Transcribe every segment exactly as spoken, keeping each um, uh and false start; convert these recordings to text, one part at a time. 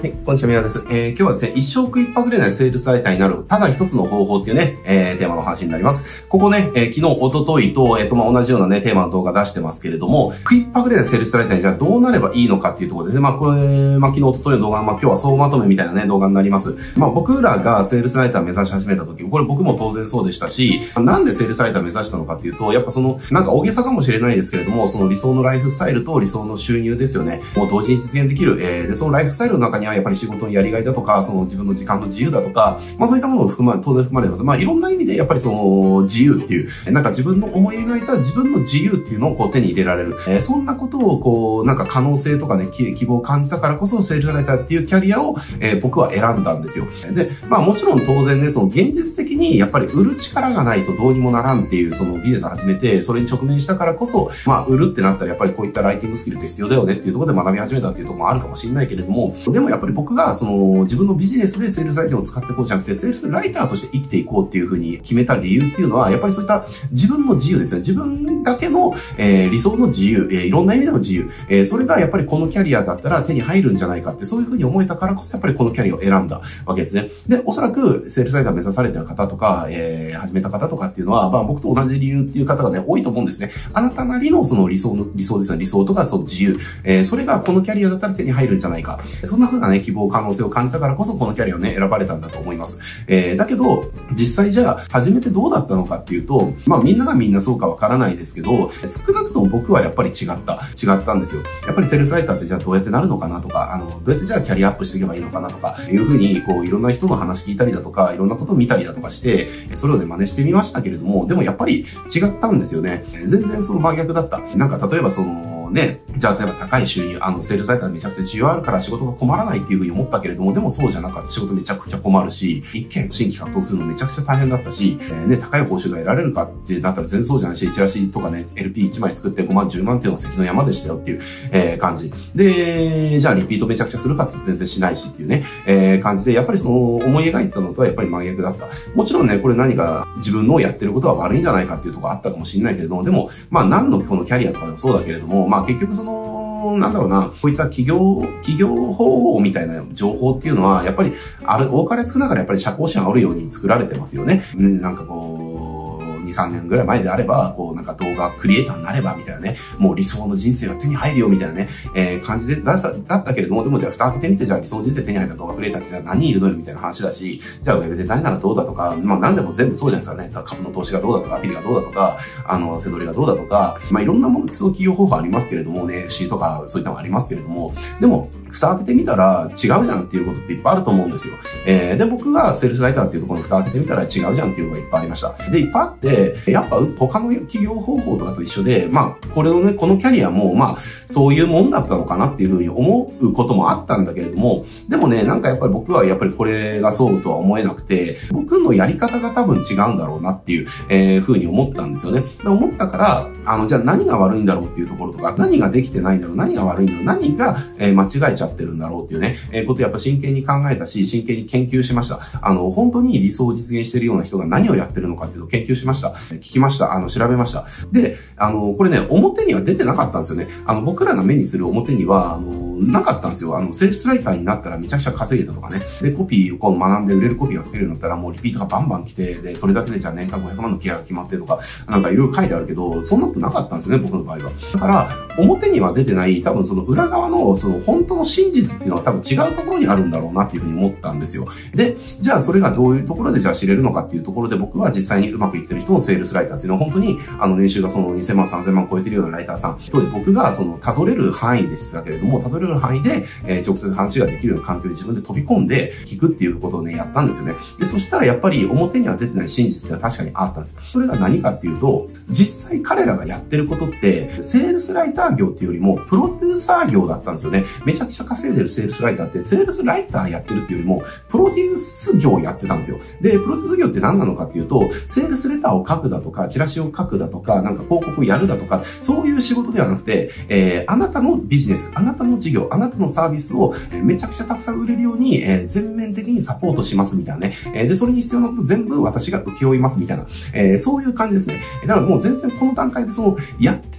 はい、こんにちは、みなです。えー、今日はですね、一生食いっぱぐれないセールスライターになる、ただ一つの方法っていうね、えー、テーマの話になります。ここね、えー、昨日、一昨日と、えっと、まあ、同じようなね、テーマの動画出してますけれども、食いっぱぐれないセールスライターにじゃあどうなればいいのかっていうところですね。まあ、これ、まあ、昨日、一昨日の動画、まあ、今日は総まとめみたいなね、動画になります。まあ、僕らがセールスライター目指し始めた時、これ僕も当然そうでしたし、なんでセールスライター目指したのかっていうと、やっぱその、なんか大げさかもしれないですけれども、その理想のライフスタイルと理想の収入ですよね。もう同時に実現できる。えー、で、そのライフスタイルの中にはやっぱり仕事のやりがいだとか、その自分の時間の自由だとか、まあそういったものを含まれ、当然含まれてます。まあいろんな意味でやっぱりその自由っていう、なんか自分の思い描いた自分の自由っていうのをこう手に入れられる。えー、そんなことをこう、なんか可能性とかね、希望を感じたからこそセールスライターっていうキャリアを、えー、僕は選んだんですよ。で、まあもちろん当然ね、その現実的にやっぱり売る力がないとどうにもならんっていうそのビジネスを始めて、それに直面したからこそ、まあ売るってなったらやっぱりこういったライティングスキルって必要だよねっていうところで学び始めたっていうところもあるかもしれないけれども、でもやっぱり僕がその自分のビジネスでセールスライターを使っていこうじゃなくて、セールスライターとして生きていこうっていうふうに決めた理由っていうのは、やっぱりそういった自分の自由ですね。自分だけの、えー、理想の自由、えー、いろんな意味での自由、えー、それがやっぱりこのキャリアだったら手に入るんじゃないかって、そういうふうに思えたからこそやっぱりこのキャリアを選んだわけですね。で、おそらくセールスライター目指されてる方とか、えー、始めた方とかっていうのは、まあ僕と同じ理由っていう方がね、多いと思うんですね。あなたなりのその理想の、理想ですね。理想とかその自由、えー、それがこのキャリアだったら手に入るんじゃないか。そんな風なね、希望、可能性を感じたからこそこのキャリアをね、選ばれたんだと思います。えー、だけど、実際じゃあ、始めてどうだったのかっていうと、まあみんながみんなそうかわからないですけど、少なくとも僕はやっぱり違った。違ったんですよ。やっぱりセールスライターってじゃあどうやってなるのかなとか、あの、どうやってじゃあキャリアアップしていけばいいのかなとか、いう風に、こう、いろんな人の話聞いたりだとか、いろんなことを見たりだとかして、それをね、真似してみましたけれども、でもやっぱり違ったんですよね。全然その真逆だった。なんか例えばその、ね、じゃあ例えば高い収入、あの、セールスライターめちゃくちゃ需要あるから仕事が困らないっていう風に思ったけれども、でもそうじゃなかった。仕事めちゃくちゃ困るし、一件新規獲得するのめちゃくちゃ大変だったし、えー、ね、高い報酬が得られるかってなったら全然そうじゃないし、チラシとかね、エルピーいち 枚作ってごまん、じゅうまんっていうのが関の山でしたよっていう、えー、感じ。で、じゃあリピートめちゃくちゃするかって全然しないしっていうね、えー、感じで、やっぱりその思い描いたのとはやっぱり真逆だった。もちろんね、これ何か自分のやってることは悪いんじゃないかっていうところあったかもしれないけれども、でも、まあ何のこのキャリアとかでもそうだけれども、まあ結局その、なんだろうな、こういった企業、企業方法みたいな情報っていうのは、やっぱり、あれ、多かれ少ながらやっぱり社交心煽るように作られてますよね。うん、なんかこう、に、さんねんぐらい前であれば、こうなんか動画クリエイターになればみたいなね、もう理想の人生が手に入るよみたいなね、えー、感じでだった、だったけれども、でもじゃあ蓋開けてみて、じゃあ理想の人生手に入った動画クリエイターってじゃあ何人いるのよみたいな話だし、じゃあウェブデザイナーがどうだとか、まあ何でも全部そうじゃないですかね。株の投資がどうだとか、アピールがどうだとか、あの、背取りがどうだとか、まあいろんなもの、基礎企業方法ありますけれどもね、エフシー とかそういったのありますけれども、でも、蓋開けてみたら違うじゃんっていうことっていっぱいあると思うんですよ。えー、で、僕がセールスライターっていうところの蓋開けてみたら違うじゃんっていうのがいっぱいありました。で、いっぱいあって、やっぱ他の企業方法とかと一緒で、まあ、これをね、このキャリアも、まあ、そういうもんだったのかなっていうふうに思うこともあったんだけれども、でもね、なんかやっぱり僕はやっぱりこれがそうとは思えなくて、僕のやり方が多分違うんだろうなっていう、えー、ふうに思ったんですよね。で思ったから、あの、じゃあ何が悪いんだろうっていうところとか、何ができてないんだろう、何が悪いんだろう、何が、えー、間違えちゃってるんだろうっていうね、えー、ことをやっぱ真剣に考えたし、真剣に研究しました。あの、本当に理想を実現しているような人が何をやってるのかっていうのを研究しました。聞きました。あの、調べました。で、あの、これね、表には出てなかったんですよね。あの、僕らが目にする表には、あの、なかったんですよ。あの、セールスライターになったらめちゃくちゃ稼げたとかね。で、コピーをこう学んで売れるコピーが書けるようになったらもうリピートがバンバン来て、で、それだけでじゃあ年間ごひゃくまんのケアが決まってとか、なんかいろいろ書いてあるけど、そんなことなかったんですよね、僕の場合は。だから、表には出てない、多分その裏側の、その本当の真実っていうのは多分違うところにあるんだろうなっていうふうに思ったんですよ。で、じゃあそれがどういうところでじゃあ知れるのかっていうところで僕は実際にうまくいってる人のセールスライターっていうのは本当に、あの年収がそのにせんまん、さんぜんまん超えてるようなライターさん、当時僕がその辿れる範囲でしたけれども、辿れる範囲で、えー、直接話ができるような環境に自分で飛び込んで聞くっていうことをね、やったんですよね。で、そしたらやっぱり表には出てない真実ってのは確かにあったんです。それが何かっていうと、実際彼らがやってることって、セールスライター業っていうよりも、プロデューサー業だったんですよね。めちゃくちゃ稼いでるセールスライターって、セールスライターやってるっていうよりも、プロデュース業をやってたんですよ。で、プロデュース業って何なのかっていうと、セールスレターを書くだとか、チラシを書くだとか、なんか広告をやるだとか、そういう仕事ではなくて、えー、あなたのビジネス、あなたの事業、あなたのサービスをめちゃくちゃたくさん売れるように、えー、全面的にサポートしますみたいなね。えー、で、それに必要なこと全部私が請け負いますみたいな、えー、そういう感じですね。だからもう全然この段階でその、やってる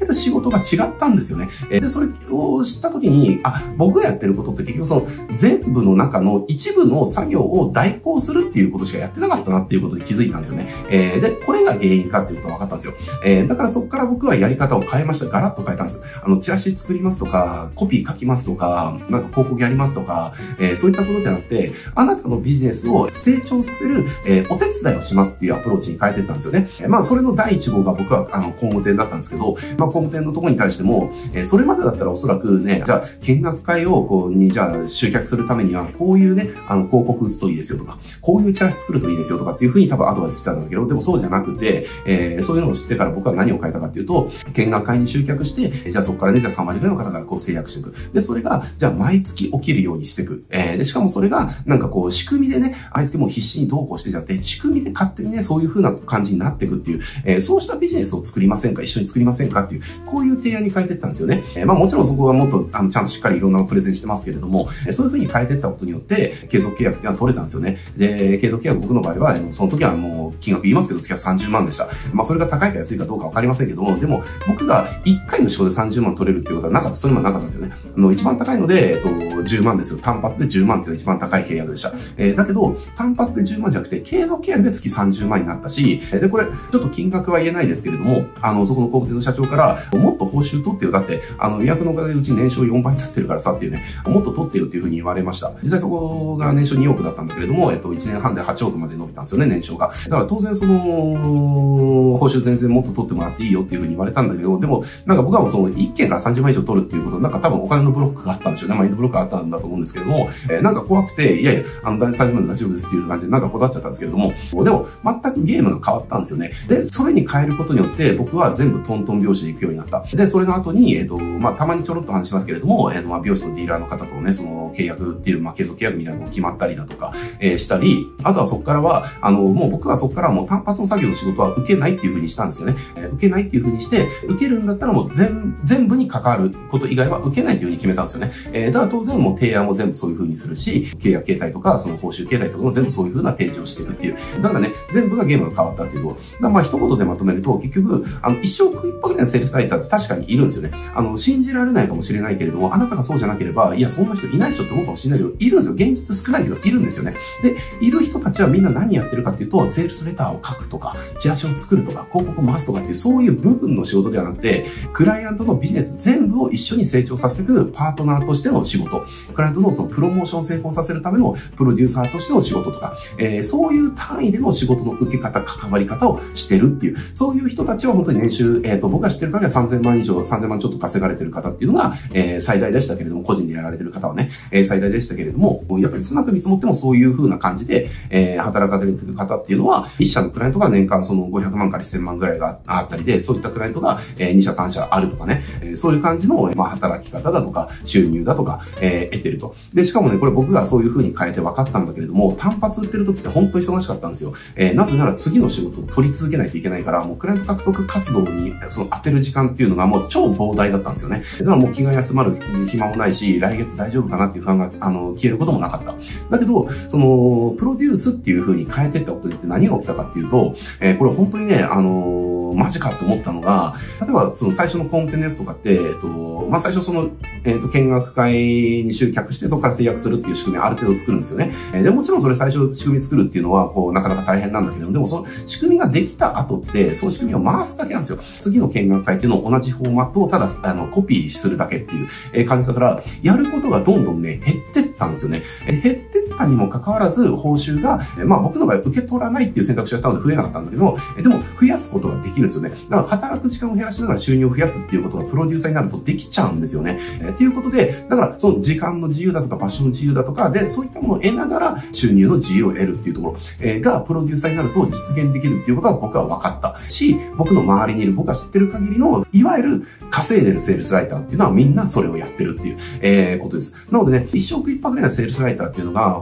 る仕事が違ったんですよね。えー、で、それを知った時に、あ、僕がやってることって結局その全部の中の一部の作業を代行するっていうことしかやってなかったなっていうことに気づいたんですよね。えー、で、これが原因かっていうことが分かったんですよ。えー、だからそこから僕はやり方を変えました。ガラッと変えたんです。あの、チラシ作りますとか、コピー書きますとか、なんか広告やりますとか、えー、そういったことではなくて、あなたのビジネスを成長させる、えー、お手伝いをしますっていうアプローチに変えていったんですよね。えー、まあ、それの第一号が僕は、あの、工務店だったんですけど、まあ、工務店のところに対しても、えー、それまでだったらおそらくね、じゃあ、見学会をこう、に、じゃあ、集客するためには、こういうね、あの、広告打つといいですよとか、こういうチラシ作るといいですよとかっていうふうに多分アドバイスしてたんだけど、でもそうじゃなくて、えー、そういうのを知ってから僕は何を変えたかっていうと、見学会に集客して、じゃあそこからね、じゃあさん割ぐらいの方がこう制約していく。で、それが、じゃあ毎月起きるようにしていく。えー、で、しかもそれが、なんかこう、仕組みでね、あいつけもう必死にどうこうしてじゃなくて、仕組みで勝手にね、そういう風な感じになっていくっていう、えー、そうしたビジネスを作りませんか、一緒に作りませんかっていう、こういう提案に変えていったんですよね。えー、まあもちろんそこはもっと、あの、ちゃんとしっかりいろんなプレゼンしてますけれども、えー、そういう風に変えていったことによって、継続契約っていうのは取れたんですよね。で、継続契約僕の場合は、その時はもう金額言いますけど、月はさんじゅうまんでした。まあそれが高いか安いかどうかわかりませんけども、でも僕がいっかいの仕事でさんじゅうまん取れるっていうことはなかった、それもなかったんですよね。あの、一番高いので、えっと、じゅうまんですよ。単発でじゅうまんっていうのが一番高い契約でした。えー、だけど、単発でじゅうまんじゃなくて、継続契約で月さんじゅうまんになったし、で、これ、ちょっと金額は言えないですけれども、あの、そこの工務店の社長から、もっと報酬取ってよ。だって、あの、予約のおかげでうち年商よんばいになってるからさっていうね、もっと取ってよっていうふうに言われました。実際そこが年商におくだったんだけれども、えっと、いちねんはんではちおくまで伸びたんですよね、年商が。だから当然その、報酬全然もっと取ってもらっていいよっていうふうに言われたんだけど、でも、なんか僕はもうそのいっけんからさんじゅうまん以上取るっていうこと、なんか多分お金のブロックがあったんでしょうね。マインドブロックがあったんだと思うんですけども、えー、なんか怖くて、いやいや、あの、さんじゅうまんで大丈夫ですっていう感じでなんかこだわっちゃったんですけれども、でも、全くゲームが変わったんですよね。で、それに変えることによって、僕は全部トントン拍子で行くようになった。で、それの後に、えっと、まあ、たまにちょろっと話しますけれども、えっと、まあ、美容師のディーラーの方とね、その契約っていう、まあ、継続契約みたいなのが決まったりだとか、えー、したり、あとはそこからは、あの、もう僕はそこからもう単発の作業の仕事は受けないっていう風にしたんですよね。えー、受けないっていう風にして、受けるんだったらもう全、全部に関わること以外は受けないという風に決めたんですよね。えー、だから当然もう提案も全部そういう風にするし、契約形態とか、その報酬形態とかも全部そういう風な提示をしてるっていう。だからね、全部がゲームが変わったっていうと、だからまあ一言でまとめると、結局、あの、一生食いっぱぐらいのセールスライターって確かにいるんですよね。あの、信じられないかもしれないけれども、あなたがそうじゃなければ、いや、そんな人いない人って思うかもしれないけど、いるんですよ。現実少ないけど、いるんですよね。で、いる人たちはみんな何やってるかっていうと、セールスレターを書くとか、チラシを作るとか、広告を回すとかっていう、そういう部分の仕事ではなくて、クライアントのビジネス全部を一緒に成長させていくパートナーとしての仕事、クライアントのそのプロモーションを成功させるためのプロデューサーとしての仕事とか、えー、そういう単位での仕事の受け方、関わり方をしてるっていう、そういう人たちは本当に年収、えっと、僕が知ってる限りはさんぜんまん以上、さんぜんまんちょっと稼がれてる方っていうのが、えー、最大でしたけれども、個人でやられてる方はね、えー、最大でしたけれども、やっぱり少なく見積もってもそういう風な感じで、えー、働かれてる方っていうのは、一社のクライアントが年間そのごひゃくまんからせんまんぐらいがあったりで、そういったクライアントが、えー、に社さん社あるとかね、えー、そういう感じの、まあ、働き方だとか、収入だとか、えー、得てると。で、しかもね、これ僕がそういう風に変えて分かったんだけれども、単発売ってる時って本当に忙しかったんですよ。えー、なぜなら次の仕事を取り続けないといけないから、もうクライアント獲得活動にその当てる時間っていうのがもう超膨大だったんですよね。だからもう気が休まる暇もないし、来月大丈夫かなっていう不安が、あの、消えることもなかった。だけど、その、プロデュースっていう風に変えていったことによって何が起きたかっていうと、えー、これ本当にね、あのー、マジかって思ったのが、例えばその最初のコンテンツとかって、えっと、まあ、最初その、えっと、見学会に集客してそこから制約するっていう仕組みをある程度作るんですよね。えー、でもちろんそれ最初仕組み作るっていうのは、こう、なかなか大変なんだけど、でもその仕組みができた後って、その仕組みを回すだけなんですよ。次の見学会っていうのを同じフォーマットをただ、あの、コピーするだけっていう感じだから、やることがどんどんね、減ってったんですよね。えー、減ってったにもかかわらず、報酬が、えー、まあ僕の場合受け取らないっていう選択肢だったので増えなかったんだけど、えー、でも増やすことができるんですよね。だから働く時間を減らしながら収入を増やすっていうことがプロデューサーになるとできちゃうんですよね。えー、っていうことで、だからその時間の自由だとか場所の自由だとか、で、そういったものを得ながら収入の自由を得るっていうところ、えー、がプロデューサーになると実現できるっていうことは僕は分かったし、僕の周りにいる僕が知ってる限りの、いわゆる稼いでるセールスライターっていうのはみんなそれをやってるっていう、えー、ことです。なのでね、一生食いっぱぐれなセールスライターっていうのが、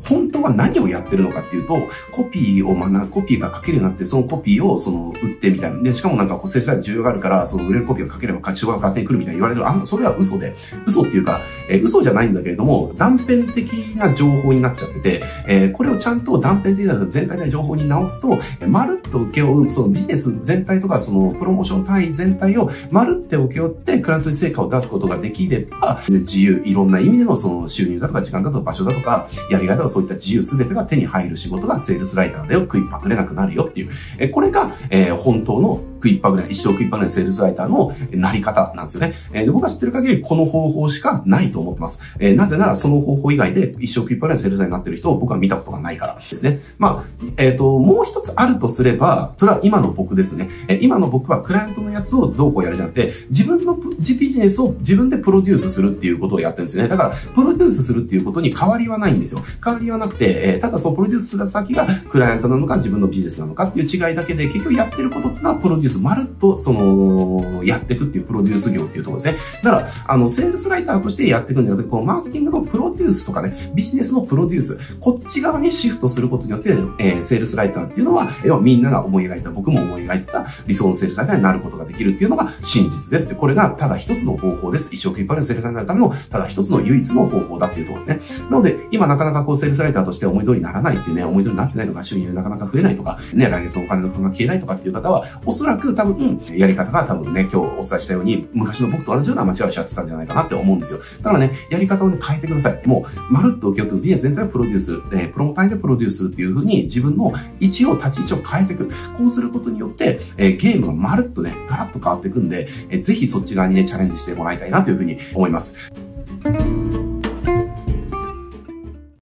本当は何をやってるのかっていうと、コピーを学ぶ、コピーが書けるようになって、そのコピーをその売ってみたいな。で、しかもなんかこう、セールスライター需要があるから、その売れるコピーを書ければ仕事が勝手に来るみたいに言われる。あんな、それは嘘で、嘘っていうか、えー、嘘じゃないんだけれども、断片的な情報になっちゃってて、えー、これをちゃんと断片的な全体的な情報に直すと、まるっと請け負う、そのビジネス全体とか、そのプロモーション単位全体をまるって請け負って、クライアントに成果を出すことができれば、自由、いろんな意味でのその収入だとか時間だとか場所だとか、やり方はそういった自由すべてが手に入る仕事がセールスライターだよ、食いっぱぐれなくなるよっていう。え、これが、えー、本当の食いっぱぐれない、一生食いっぱぐれないセールスライターのなり方なんですよね。えー、で僕が知ってる限りこの方法しかないと思ってます。えー、なぜならその方法以外で一生食いっぱぐれないセールスライターになってる人を僕は見たことがないからですね。まあ、えっと、もう一つあるとすれば、それは今の僕ですね。えー、今の僕はクライアントのやつをどうこうやるじゃなくて、自分のビジネスを自分でプロデュースするっていうことをやってるんですよね。だから、プロデュースするっていうことに変わりはないんですよ。変わりはなくて、えー、ただそのプロデュースする先がクライアントなのか自分のビジネスなのかっていう違いだけで、結局やってることってのはプロデュース、まるっとその、やっていくっていうプロデュース業っていうところですね。だから、あの、セールスライターとしてやっていくんじゃなくて、このマーケティングのプロデュースとかね、ビジネスのプロデュース、こっち側にシフトすることによって、えー、セールスライターっていうのは、要はみんなが思い描いた、僕も思い描いてた理想のセールスライターになることができるっていうのが真実です。で、これがただ一つの方法です。一生懸命セールスライターになるためのただ一つの唯一の方法だっていうところですね。なので、今なかなかこうセールスライターとして思い通りにならないっていうね、思い通りになってないとか、収入なかなか増えないとか、ね、来月お金の負担が消えないとかっていう方は、おそらく多分、やり方が多分ね、今日お伝えしたように、昔の僕と同じような間違いをしちゃってたんじゃないかなって思うんですよ。だからね、やり方をね、変えてください。もう、まるっと受け負ってビジネス全体をプロデュース、えー、プロモ単位でプロデュースっていう風に自分の位置を、立ち位置を変えていく。こうすることによって、えー、ゲームがまるっとね、ガラッと変わっていくんで、えー、ぜひそっち側にね、チャレンジしてもらいたいなという風に思います。